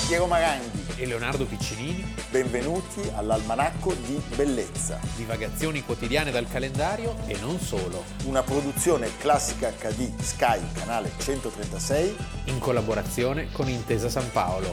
Piero Maranghi e Leonardo Piccinini. Benvenuti all'Almanacco di Bellezza. Divagazioni quotidiane dal calendario e non solo. Una produzione Classica HD Sky, canale 136. In collaborazione con Intesa San Paolo.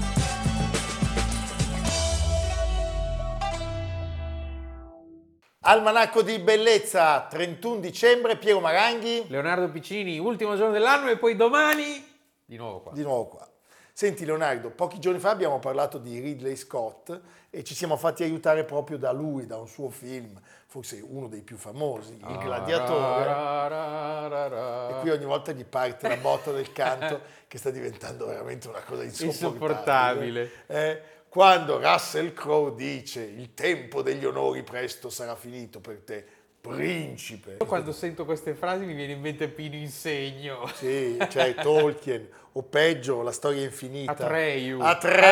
Almanacco di Bellezza, 31 dicembre, Piero Maranghi. Leonardo Piccinini, ultimo giorno dell'anno e poi domani di nuovo qua. Di nuovo qua. Senti Leonardo, pochi giorni fa abbiamo parlato di Ridley Scott e ci siamo fatti aiutare proprio da lui, da un suo film, forse uno dei più famosi, Il Gladiatore. E qui ogni volta gli parte la botta del canto che sta diventando veramente una cosa insopportabile. Quando Russell Crowe dice il tempo degli onori presto sarà finito per te, principe. Quando sento queste frasi mi viene in mente Pino Insegno. Sì, cioè Tolkien, o peggio, La storia infinita. Atreyu.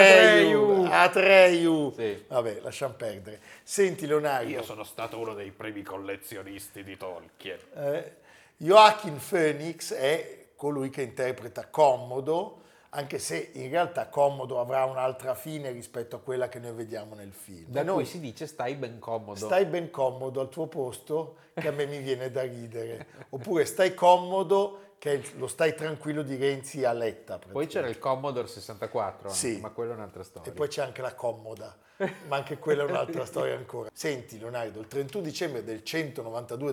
Sì. Vabbè, lasciamo perdere. Senti Leonardo. Io sono stato uno dei primi collezionisti di Tolkien. Joaquin Phoenix è colui che interpreta Commodo, anche se in realtà Commodo avrà un'altra fine rispetto a quella che noi vediamo nel film. Da cui si dice stai ben comodo. Stai ben comodo al tuo posto, che a me mi viene da ridere. Oppure stai comodo, che è lo stai tranquillo di Renzi a Letta. Poi c'era il Commodore 64, sì, ma quella è un'altra storia. E poi c'è anche la Comoda, ma anche quella è un'altra storia ancora. Senti Leonardo, il 31 dicembre del 192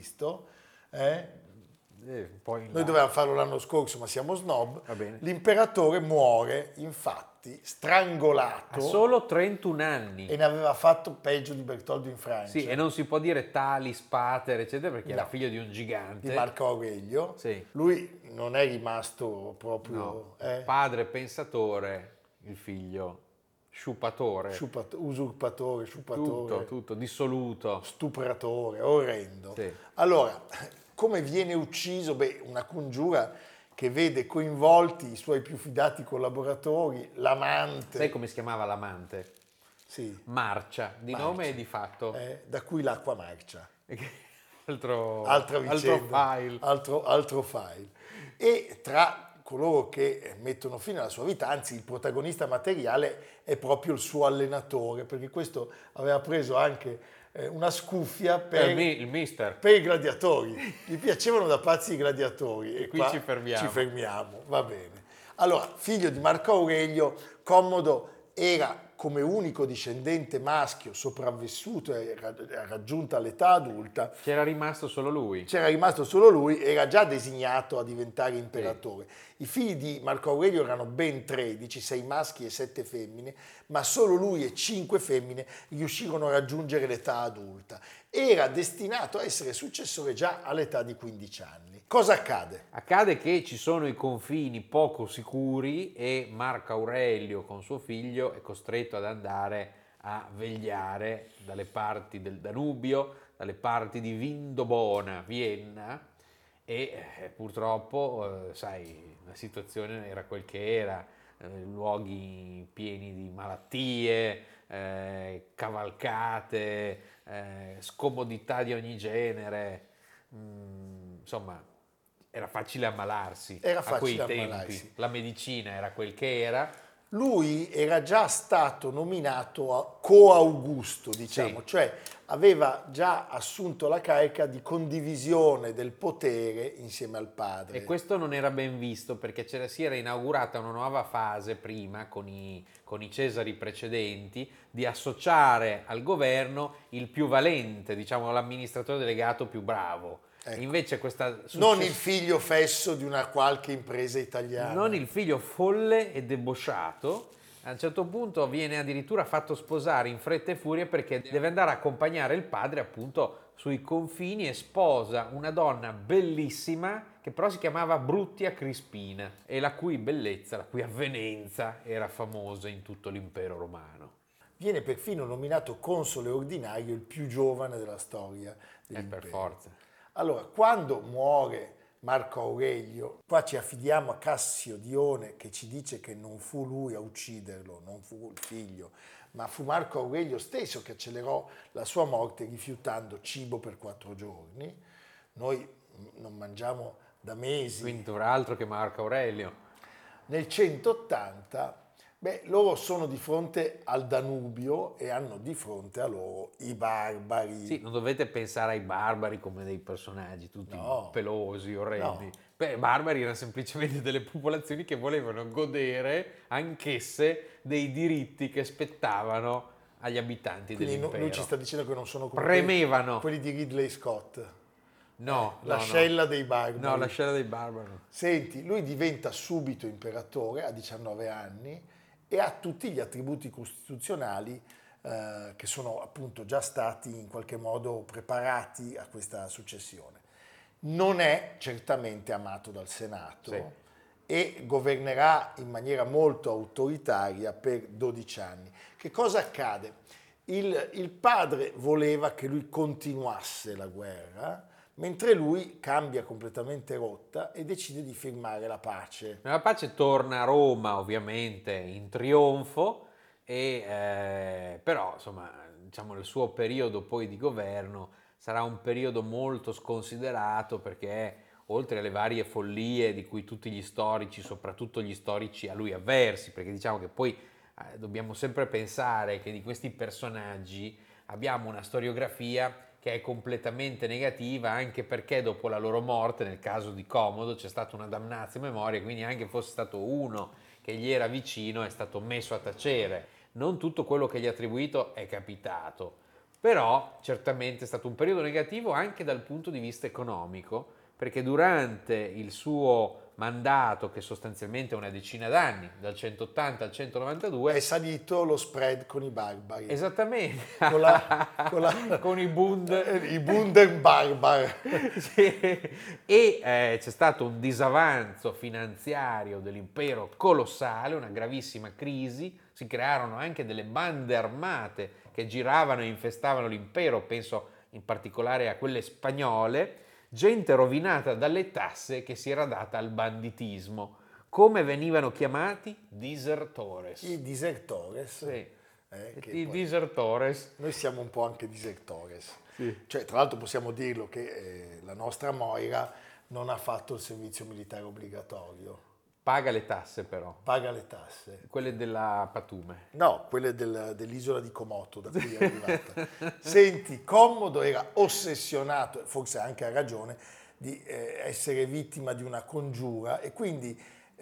d.C., noi dovevamo farlo l'anno scorso, ma siamo snob. L'imperatore muore, infatti, strangolato. Ha solo 31 anni. E ne aveva fatto peggio di Bertoldo in Francia. Sì, e non si può dire Talis Pater, eccetera, perché era figlio di un gigante. Di Marco Aurelio. Sì. Lui non è rimasto proprio... Padre pensatore, il figlio sciupatore. Usurpatore, sciupatore. Tutto, dissoluto. Stupratore, orrendo. Sì. Allora... Come viene ucciso? Una congiura che vede coinvolti i suoi più fidati collaboratori, l'amante. Sai come si chiamava l'amante? Sì. Marcia, di nome e di fatto. Da cui l'acqua marcia. Altra vicenda, altro file. E tra coloro che mettono fine alla sua vita, anzi il protagonista materiale è proprio il suo allenatore, perché questo aveva preso anche una scuffia per il mister. Per i gladiatori. Gli piacevano da pazzi i gladiatori. E qui ci fermiamo. Va bene. Allora, figlio di Marco Aurelio, Commodo era come unico discendente maschio sopravvissuto e raggiunta l'età adulta. C'era rimasto solo lui, era già designato a diventare imperatore. Sì. I figli di Marco Aurelio erano ben 13, 6 maschi e 7 femmine, ma solo lui e 5 femmine riuscirono a raggiungere l'età adulta. Era destinato a essere successore già all'età di 15 anni. Cosa accade? Accade che ci sono i confini poco sicuri e Marco Aurelio con suo figlio è costretto ad andare a vegliare dalle parti del Danubio, dalle parti di Vindobona, Vienna, e purtroppo, sai, la situazione era quel che era, luoghi pieni di malattie, cavalcate, scomodità di ogni genere, insomma era facile ammalarsi a quei tempi, la medicina era quel che era. Lui era già stato nominato coaugusto, diciamo, sì. Cioè aveva già assunto la carica di condivisione del potere insieme al padre. E questo non era ben visto perché si era inaugurata una nuova fase prima con i Cesari precedenti di associare al governo il più valente, diciamo l'amministratore delegato più bravo. Ecco. Invece non il figlio fesso di una qualche impresa italiana. Non il figlio folle e debosciato. A un certo punto viene addirittura fatto sposare in fretta e furia perché deve andare a accompagnare il padre appunto sui confini e sposa una donna bellissima che però si chiamava Bruttia Crispina e la cui bellezza, la cui avvenenza era famosa in tutto l'impero romano. Viene perfino nominato console ordinario il più giovane della storia dell'impero. Per forza. Allora, quando muore Marco Aurelio, qua ci affidiamo a Cassio Dione che ci dice che non fu lui a ucciderlo, non fu il figlio, ma fu Marco Aurelio stesso che accelerò la sua morte rifiutando cibo per 4 giorni. Noi non mangiamo da mesi. Quindi dovrà altro che Marco Aurelio. Nel 180 Beh, loro sono di fronte al Danubio e hanno di fronte a loro i barbari. Sì, non dovete pensare ai barbari come dei personaggi tutti No, pelosi, orrendi. no. Beh, i barbari erano semplicemente delle popolazioni che volevano godere anch'esse dei diritti che spettavano agli abitanti Quindi lui ci dell'impero. sta dicendo che non sono come Premevano. quelli di Ridley Scott. No, no, no. L'ascella dei No, la barbari. scena dei barbari. Senti, lui diventa subito imperatore a 19 anni e ha tutti gli attributi costituzionali che sono appunto già stati in qualche modo preparati a questa successione. Non è certamente amato dal Senato Sì. e governerà in maniera molto autoritaria per 12 anni. Che cosa accade? Il padre voleva che lui continuasse la guerra, mentre lui cambia completamente rotta e decide di firmare la pace. La pace torna a Roma ovviamente in trionfo, però insomma diciamo il suo periodo poi di governo sarà un periodo molto sconsiderato perché oltre alle varie follie di cui tutti gli storici, soprattutto gli storici a lui avversi, perché diciamo che poi dobbiamo sempre pensare che di questi personaggi abbiamo una storiografia che è completamente negativa anche perché dopo la loro morte, nel caso di Comodo, c'è stata una damnatio memoria, quindi anche fosse stato uno che gli era vicino è stato messo a tacere. Non tutto quello che gli ha attribuito è capitato, però certamente è stato un periodo negativo anche dal punto di vista economico, perché durante il suo mandato, che sostanzialmente è una decina d'anni, dal 180 al 192, È salito lo spread con i barbari, esattamente, con con i Bund. i Bundenbarbar. Sì. E c'è stato un disavanzo finanziario dell'impero colossale, una gravissima crisi, si crearono anche delle bande armate che giravano e infestavano l'impero, penso in particolare a quelle spagnole, gente rovinata dalle tasse che si era data al banditismo. Come venivano chiamati? Disertores. I disertores. Sì. Che I poi disertores. noi siamo un po' anche disertores. Sì. Cioè, tra l'altro possiamo dirlo che la nostra Moira non ha fatto il servizio militare obbligatorio, Paga le tasse però, paga le tasse. quelle della Patume. No, quelle dell'isola di Comoto da cui è arrivata. Senti, Commodo era ossessionato, forse anche a ragione, di essere vittima di una congiura e quindi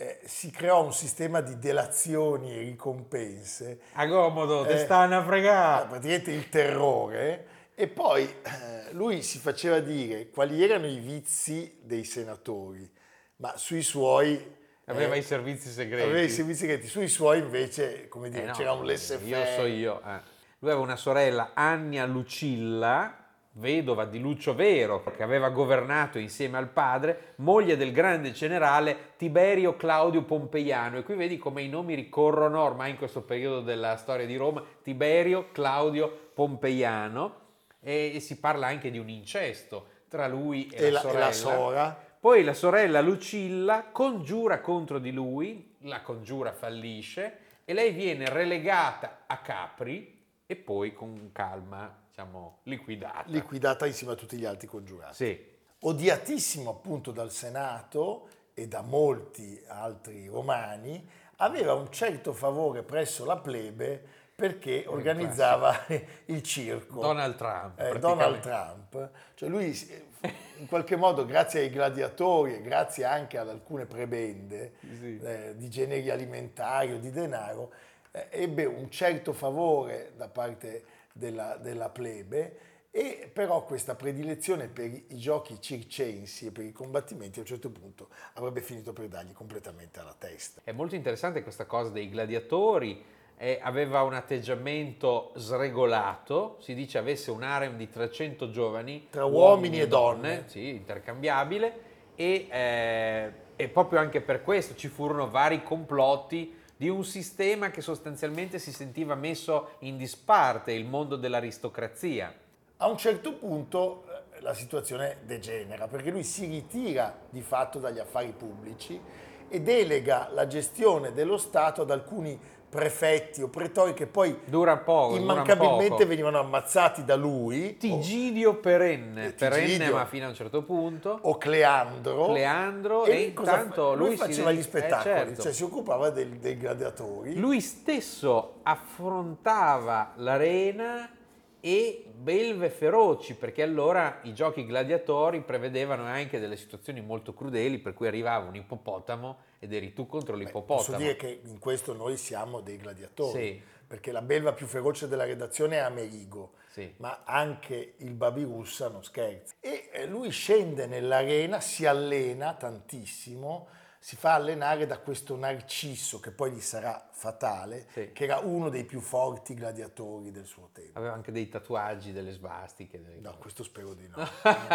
si creò un sistema di delazioni e ricompense, A Comodo, te stanno a fregare! praticamente il terrore, e poi lui si faceva dire quali erano i vizi dei senatori, ma sui suoi Aveva i servizi segreti. aveva i servizi segreti, sui suoi invece, come dire, No, c'era un io laissez-faire. so io. Lui aveva una sorella, Annia Lucilla, vedova di Lucio Vero, che aveva governato insieme al padre, moglie del grande generale Tiberio Claudio Pompeiano. E qui vedi come i nomi ricorrono ormai in questo periodo della storia di Roma, Tiberio Claudio Pompeiano, e si parla anche di un incesto tra lui e la E sorella. la sora. Poi la sorella Lucilla congiura contro di lui, la congiura fallisce e lei viene relegata a Capri e poi con calma, diciamo, liquidata. Liquidata insieme a tutti gli altri congiurati. Sì, Odiatissimo appunto dal Senato e da molti altri romani, aveva un certo favore presso la plebe perché organizzava il circo. Donald Trump. Donald praticamente. Trump, cioè lui in qualche modo grazie ai gladiatori e grazie anche ad alcune prebende Sì. di generi alimentari o di denaro, ebbe un certo favore da parte della plebe e però questa predilezione per i giochi circensi e per i combattimenti a un certo punto avrebbe finito per dargli completamente alla testa. È molto interessante questa cosa dei gladiatori. Aveva un atteggiamento sregolato, si dice avesse un harem di 300 giovani, Tra uomini e donne. sì, intercambiabile, e proprio anche per questo ci furono vari complotti di un sistema che sostanzialmente si sentiva messo in disparte, il mondo dell'aristocrazia. A un certo punto la situazione degenera perché lui si ritira di fatto dagli affari pubblici e delega la gestione dello Stato ad alcuni prefetti o pretori che poi Dura poco. immancabilmente venivano ammazzati da lui. Tigidio perenne, Tigidio, ma fino a un certo punto. O Cleandro. E intanto lui faceva gli spettacoli, certo. cioè si occupava dei gladiatori. Lui stesso affrontava l'arena e belve feroci, perché allora i giochi gladiatori prevedevano anche delle situazioni molto crudeli, per cui arrivava un ippopotamo ed eri tu contro l'ippopotamo. Posso dire che in questo noi siamo dei gladiatori, Sì. perché la belva più feroce della redazione è Amerigo, Sì. ma anche il Babirussa non scherza. E lui scende nell'arena, si allena tantissimo, si fa allenare da questo Narcisso, che poi gli sarà fatale, Sì. che era uno dei più forti gladiatori del suo tempo. Aveva anche dei tatuaggi, delle svastiche. No, questo spero di no.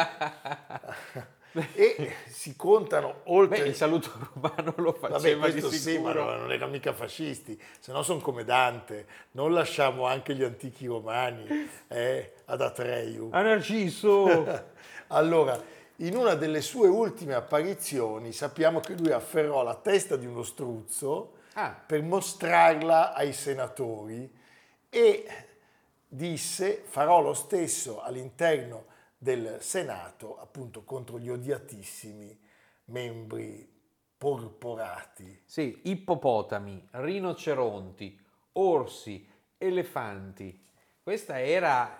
E si contano oltre... Beh, il saluto romano lo faceva. Vabbè, questo di sì, sicuro. ma non erano mica fascisti, se no sono come Dante, non lasciamo anche gli antichi romani ad Atreyu. A Narciso! Allora, in una delle sue ultime apparizioni sappiamo che lui afferrò la testa di uno struzzo per mostrarla ai senatori e disse: farò lo stesso all'interno del Senato, appunto contro gli odiatissimi membri porporati. Sì, ippopotami, rinoceronti, orsi, elefanti. Questa era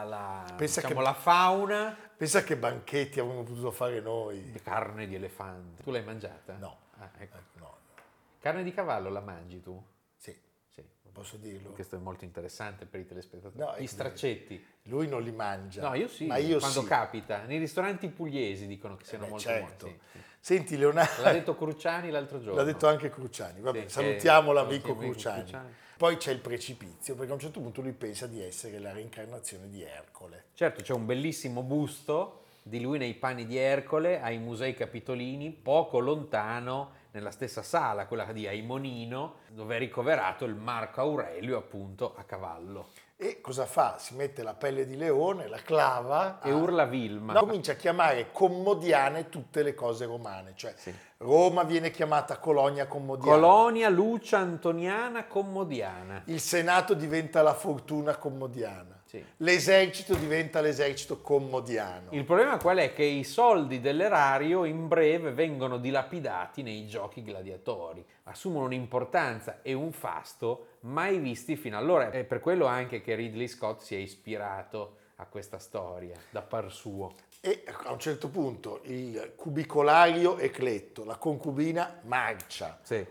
la fauna. Pensa che banchetti avremmo potuto fare noi. Di carne di elefante. Tu l'hai mangiata? No. Ecco. No. Carne di cavallo la mangi tu? Sì, Sì. posso dirlo. Questo è molto interessante per i telespettatori. No, Gli straccetti. Lui non li mangia. No, io sì, ma io quando sì. capita. Nei ristoranti pugliesi dicono che siano molto certo. buoni. Sì. Senti Leonardo, L'ha detto Cruciani l'altro giorno. l'ha detto anche Cruciani. Vabbè, Sì, salutiamo che- l'amico salutiamo Cruciani. Poi c'è il precipizio, perché a un certo punto lui pensa di essere la reincarnazione di Ercole. Certo, c'è un bellissimo busto di lui nei panni di Ercole ai Musei Capitolini, poco lontano, nella stessa sala, quella di Aimonino, dove è ricoverato il Marco Aurelio, appunto, a cavallo. E cosa fa? Si mette la pelle di leone, la clava E urla Vilma. No, comincia a chiamare commodiane tutte le cose romane, cioè Sì. Roma viene chiamata Colonia Commodiana, Colonia Lucia Antoniana Commodiana. il Senato diventa la Fortuna Commodiana, Sì. l'esercito diventa l'esercito commodiano. Il problema qual è? Che i soldi dell'erario in breve vengono dilapidati nei giochi gladiatori, assumono un'importanza e un fasto mai visti fino allora. È per quello anche che Ridley Scott si è ispirato a questa storia, da par suo. E a un certo punto il cubicolario Ecletto, la concubina Marcia Sì.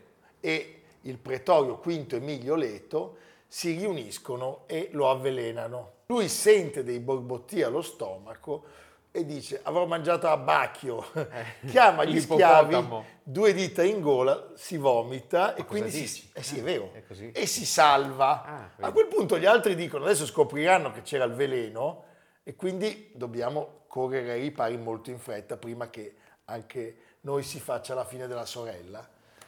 e il pretorio Quinto Emilio Leto si riuniscono e lo avvelenano. Lui sente dei borbotti allo stomaco e dice: avrò mangiato abbacchio. Chiama gli schiavi, L'ippopotamo. 2 dita in gola, si vomita e cosa quindi dici? sì, è vero. È così. E si salva. Ah, A vedi. quel punto gli altri dicono: adesso scopriranno che c'era il veleno e quindi dobbiamo correre ai ripari molto in fretta prima che anche noi si faccia la fine della sorella.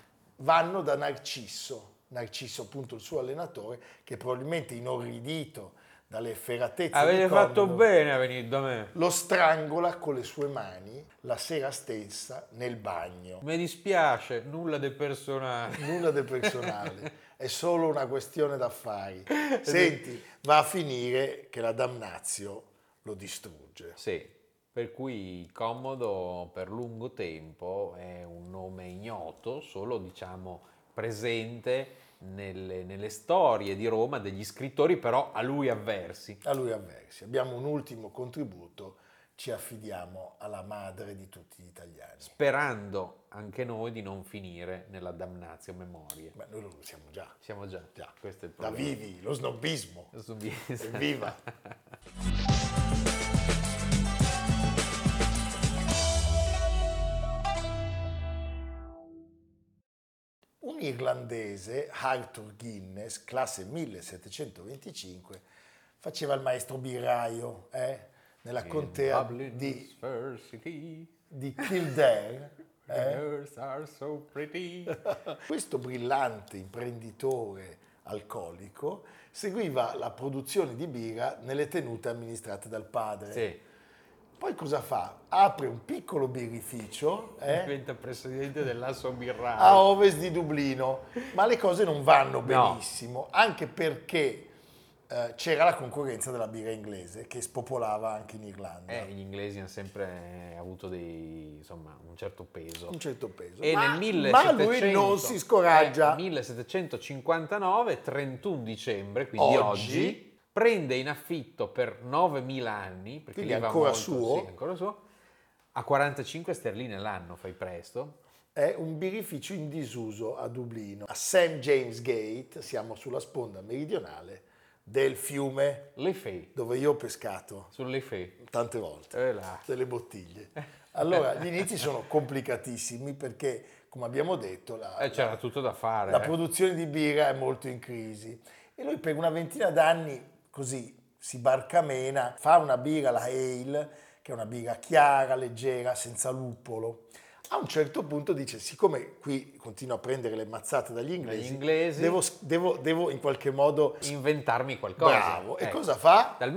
Vanno da Narciso appunto il suo allenatore, che probabilmente inorridito dalle efferatezze Avete di fatto Comodo, bene a venire da me. lo strangola con le sue mani la sera stessa nel bagno. Mi dispiace, nulla del personale. Nulla del personale, è solo una questione d'affari. Senti, va a finire che la damnatio lo distrugge. Sì, per cui Commodo per lungo tempo è un nome ignoto, solo diciamo presente nelle storie di Roma degli scrittori, però a lui avversi. A lui avversi. Abbiamo un ultimo contributo, ci affidiamo alla madre di tutti gli italiani. Sperando anche noi di non finire nella damnatio memorie. Ma noi lo siamo già. Siamo già, questo è il Da problema. vivi, lo snobismo. Subito. Evviva! Un irlandese, Arthur Guinness, classe 1725, faceva il maestro birraio nella contea di Kildare. Girls are so pretty. Questo brillante imprenditore alcolico seguiva la produzione di birra nelle tenute amministrate dal padre. Sì. Poi cosa fa? Apre un piccolo birrificio Diventa presidente dell'Asso a Birraio. ovest di Dublino, ma le cose non vanno No. benissimo, anche perché c'era la concorrenza della birra inglese che spopolava anche in Irlanda. Gli inglesi hanno sempre avuto un certo peso. Un certo peso. E ma, nel 1700, ma lui non si scoraggia. 1759, 31 dicembre, quindi oggi, prende in affitto per 9.000 anni, perché Quindi lì va ancora molto, suo. sì, ancora suo, a 45 sterline l'anno, fai presto. È un birrificio in disuso a Dublino. A St. James Gate, siamo sulla sponda meridionale del fiume Liffey, dove io ho pescato sul Liffey. tante volte Là. delle bottiglie. Allora, gli inizi sono complicatissimi perché, come abbiamo detto, C'era tutto da fare. la produzione di birra è molto in crisi. E lui per una ventina d'anni, così, si barcamena, fa una birra, la Ale, che è una birra chiara, leggera, senza luppolo. A un certo punto dice, siccome qui continuo a prendere le mazzate dagli inglesi, devo in qualche modo... inventarmi qualcosa. Bravo. E Ecco. cosa fa? Dal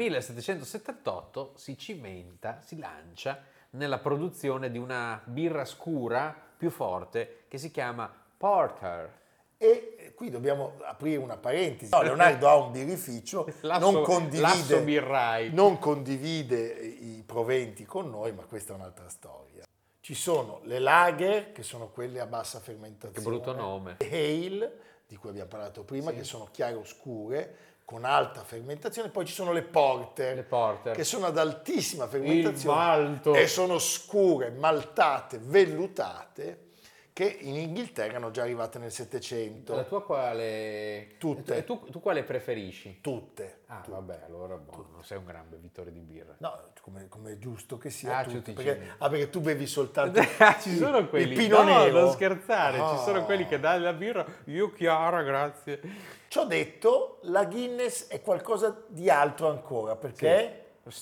1778 si cimenta, si lancia nella produzione di una birra scura più forte che si chiama Porter. E qui dobbiamo aprire una parentesi. No, Leonardo ha un birrificio, L'asso birrai. non condivide i proventi con noi, ma questa è un'altra storia. Ci sono le lager, che sono quelle a bassa fermentazione. Che brutto nome. Le ale, di cui abbiamo parlato prima, che sono chiare oscure, con alta fermentazione. Poi ci sono le porter, che sono ad altissima fermentazione. Il malto. E sono scure, maltate, vellutate, che in Inghilterra erano già arrivate nel Settecento. La tua quale? Tutte. Tu quale preferisci? Tutte. Tutte. Vabbè, allora non sei un gran bevitore di birra. No, come è giusto che sia. Tutte, perché, perché tu bevi soltanto ci sono quelli. il Pinot Nero. Non scherzare, ci sono quelli che danno la birra. Io chiara, grazie. Ciò detto, la Guinness è qualcosa di altro ancora, perché...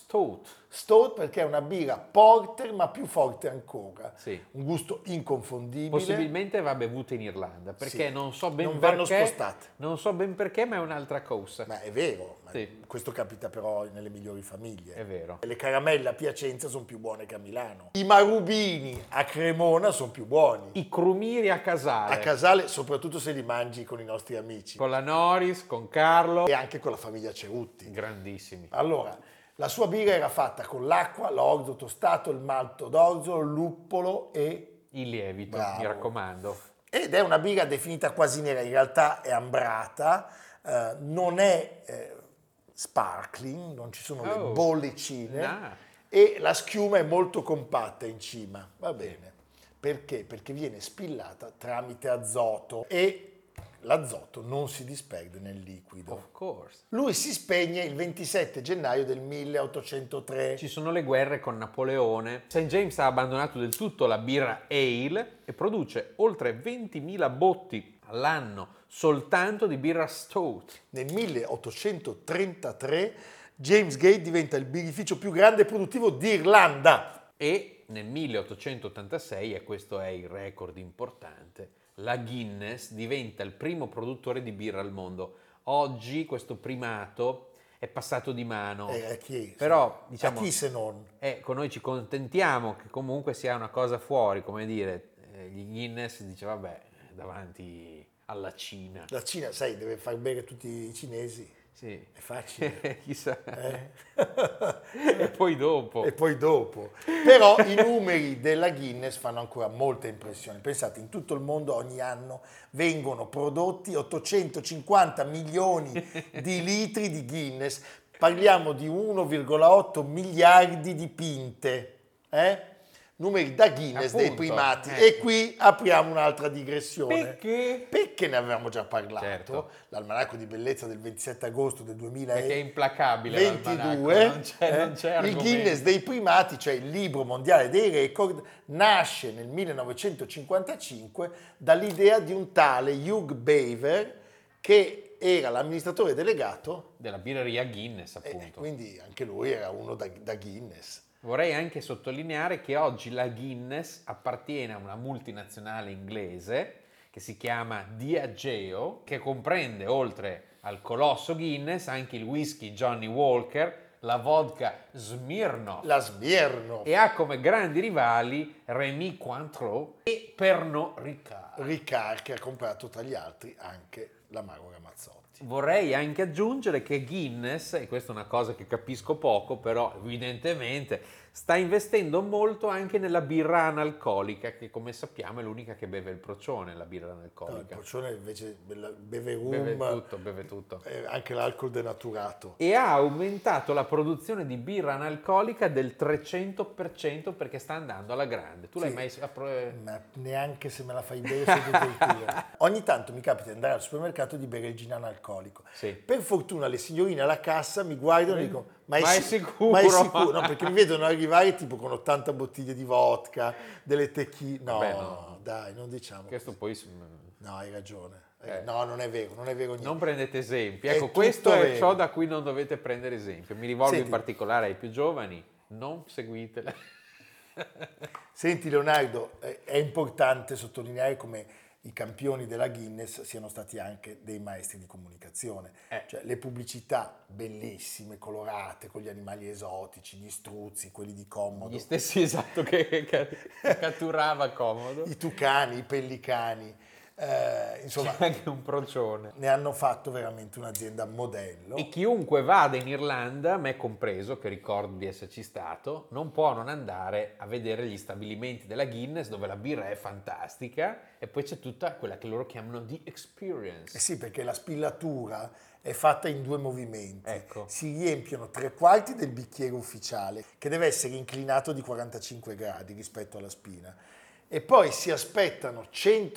Stout perché è una birra porter ma più forte ancora, un gusto inconfondibile. Possibilmente va bevuta in Irlanda perché non so ben non perché, vanno spostate. Non so ben perché, ma è un'altra cosa. Ma è vero, questo capita però nelle migliori famiglie. È vero. Le caramelle a Piacenza sono più buone che a Milano. I marubini a Cremona sono più buoni. I crumiri a Casale. A Casale, soprattutto se li mangi con i nostri amici. Con la Noris, con Carlo. E anche con la famiglia Cerutti. Grandissimi. Allora, la sua birra era fatta con l'acqua, l'orzo tostato, il malto d'orzo, il luppolo e... il lievito, Bravo. Mi raccomando. Ed è una birra definita quasi nera, in realtà è ambrata, non è sparkling, non ci sono le bollicine e la schiuma è molto compatta in cima, va bene. Perché? Perché viene spillata tramite azoto e l'azoto non si disperde nel liquido. Of course. Lui si spegne il 27 gennaio del 1803. Ci sono le guerre con Napoleone. St. James ha abbandonato del tutto la birra ale e produce oltre 20.000 botti all'anno soltanto di birra stout. Nel 1833 James Gate diventa il birrificio più grande e produttivo d'Irlanda. E nel 1886, e questo è il record importante, la Guinness diventa il primo produttore di birra al mondo. Oggi questo primato è passato di mano. A chi? Però, diciamo, a chi se non? Con noi ci contentiamo che comunque sia una cosa fuori, come dire, gli Guinness dice vabbè, davanti alla Cina. La Cina, sai, deve far bere tutti i cinesi. Sì. È facile. Chissà. E poi dopo. Però i numeri della Guinness fanno ancora molta impressione. Pensate, in tutto il mondo ogni anno vengono prodotti 850 milioni di litri di Guinness. Parliamo di 1,8 miliardi di pinte. Numeri da Guinness. Appunto, dei primati. E qui apriamo un'altra digressione. Perché ne avevamo già parlato. Certo. L'almanacco di bellezza del 27 agosto del 2022. Perché è implacabile non c'è il Guinness dei primati, cioè il libro mondiale dei record, nasce nel 1955 dall'idea di un tale Hugh Beaver che era l'amministratore delegato della birreria Guinness, appunto. Quindi anche lui era uno da Guinness. Vorrei anche sottolineare che oggi la Guinness appartiene a una multinazionale inglese che si chiama Diageo, che comprende oltre al colosso Guinness anche il whisky Johnny Walker, la vodka Smirnoff. La Smirnoff. E ha come grandi rivali Rémy Cointreau e Pernod Ricard. Ricard, che ha comprato tra gli altri anche l'Amaro Ramazzotti. Vorrei anche aggiungere che Guinness, e questa è una cosa che capisco poco, però evidentemente sta investendo molto anche nella birra analcolica, che come sappiamo è l'unica che beve il procione, la birra No, il analcolica. Procione invece beve rum, Beve tutto. anche l'alcol denaturato. E ha aumentato la produzione di birra analcolica del 300% perché sta andando alla grande. Tu l'hai Sì. mai... Ma neanche se me la fai bere sotto tortura. Ogni tanto mi capita di andare al supermercato di bere il gin analcolico. Sì. Per fortuna le signorine alla cassa mi guardano e dicono Ma è sicuro? Ma è sicuro? No, perché mi vedono arrivare tipo con 80 bottiglie di vodka, delle tequila. No, Vabbè, no. dai, non diciamo Questo così. poi... No, hai ragione. No, non è vero niente. Non prendete esempi. È Ecco, questo tutto è vero. ciò da cui non dovete prendere esempio. Mi rivolgo Senti. in particolare ai più giovani. Non seguitela. Senti Leonardo, è importante sottolineare come i campioni della Guinness siano stati anche dei maestri di comunicazione. Cioè, le pubblicità bellissime, colorate, con gli animali esotici, gli struzzi, quelli di Comodo, Gli stessi esatto che catturava Comodo. i tucani, i pellicani, insomma, C'è anche un procione. ne hanno fatto veramente un'azienda modello. E chiunque vada in Irlanda, me compreso, che ricordo di esserci stato, non può non andare a vedere gli stabilimenti della Guinness dove la birra è fantastica e poi c'è tutta quella che loro chiamano the experience. Eh sì, perché la spillatura è fatta in 2 movimenti. Ecco. Si riempiono 3/4 del bicchiere ufficiale, che deve essere inclinato di 45 gradi rispetto alla spina. E poi si aspettano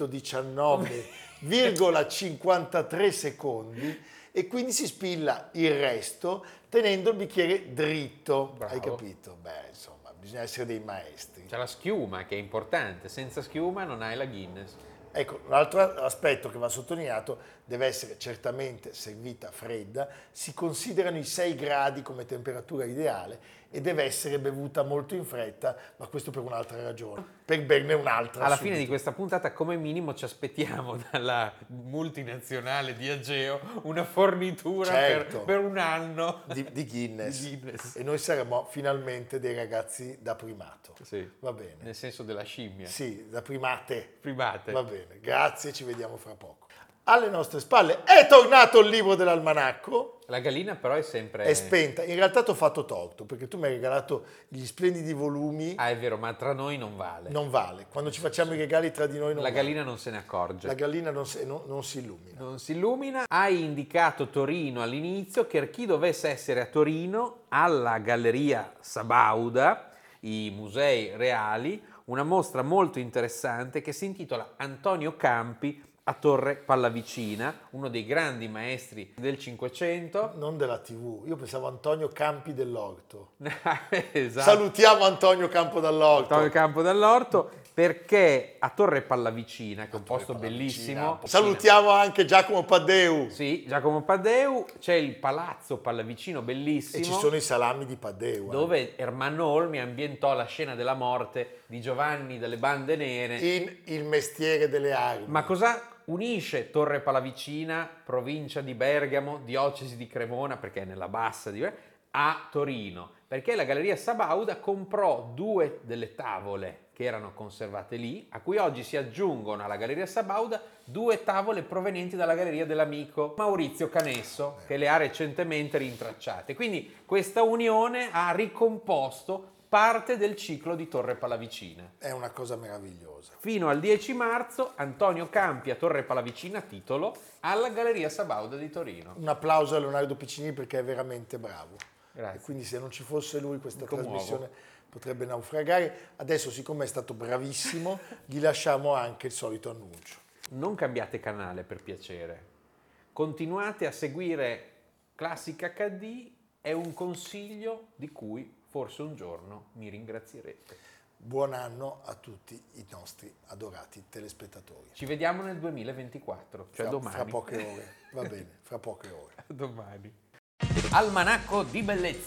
119,53 secondi e quindi si spilla il resto tenendo il bicchiere dritto. Bravo. Hai capito? Beh, insomma, bisogna essere dei maestri. C'è la schiuma che è importante, senza schiuma non hai la Guinness. Ecco, un altro aspetto che va sottolineato, deve essere certamente servita fredda, si considerano i 6 gradi come temperatura ideale e deve essere bevuta molto in fretta, ma questo per un'altra ragione, per berne un'altra Alla subito. fine di questa puntata come minimo ci aspettiamo dalla multinazionale Diageo una fornitura Certo. per un anno di Guinness. di Guinness. E noi saremo finalmente dei ragazzi da primato. Sì, Va bene. nel senso della scimmia. Sì, da primate. Private. Va bene, grazie, ci vediamo fra poco. Alle nostre spalle è tornato il libro dell'almanacco. La gallina però è sempre... È spenta. In realtà ti ho fatto torto perché tu mi hai regalato gli splendidi volumi. Ah, è vero, ma tra noi non vale. Non vale. Quando ci facciamo i regali tra di noi non La vale. gallina non se ne accorge. La gallina non si illumina. Non si illumina. Hai indicato Torino all'inizio, per chi dovesse essere a Torino, alla Galleria Sabauda, i musei reali, una mostra molto interessante che si intitola Antonio Campi a Torre Pallavicina, uno dei grandi maestri del Cinquecento. Non della TV. Io pensavo Antonio Campi dell'Orto. Esatto. Salutiamo Antonio Campo dall'Orto. Antonio Campo dall'Orto, perché a Torre Pallavicina, che è un posto Pallavicina. bellissimo. Salutiamo anche Giacomo Paddeu. Sì, Giacomo Paddeu, c'è il Palazzo Pallavicino bellissimo. E ci sono i salami di Paddeu. Dove Ermanno Olmi ambientò la scena della morte di Giovanni delle Bande Nere. In Il mestiere delle armi. Ma cosa unisce Torre Pallavicina, provincia di Bergamo, diocesi di Cremona, perché è nella bassa di a Torino? Perché la Galleria Sabauda comprò 2 delle tavole che erano conservate lì, a cui oggi si aggiungono alla Galleria Sabauda 2 tavole provenienti dalla Galleria dell'amico Maurizio Canesso, che le ha recentemente rintracciate. Quindi questa unione ha ricomposto parte del ciclo di Torre Pallavicina. È una cosa meravigliosa. Fino al 10 marzo Antonio Campi a Torre Pallavicina, titolo, alla Galleria Sabauda di Torino. Un applauso a Leonardo Piccini perché è veramente bravo. Grazie. E quindi se non ci fosse lui questa Mi commuovo. trasmissione potrebbe naufragare. Adesso, siccome è stato bravissimo, gli lasciamo anche il solito annuncio. Non cambiate canale per piacere. Continuate a seguire Classic HD, è un consiglio di cui forse un giorno mi ringrazierete. Buon anno a tutti i nostri adorati telespettatori. Ci vediamo nel 2024, cioè domani. Fra poche ore, va bene, fra poche ore. Domani. Almanacco di bellezza.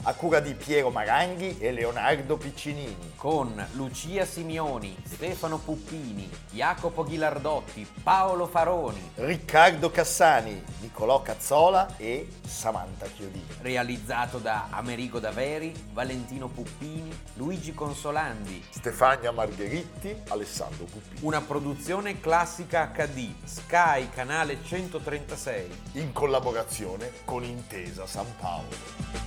a cura di Piero Maranghi e Leonardo Piccinini. Con Lucia Simioni, Stefano Puppini, Jacopo Ghilardotti, Paolo Faroni. Riccardo Cassani, Nicolò Cazzola e Samantha Chiodini. Realizzato da Amerigo Daveri, Valentino Puppini, Luigi Consolandi. Stefania Margheritti, Alessandro Puppini. Una produzione Classica HD, Sky, canale 136. In collaborazione con Intesa San Paolo.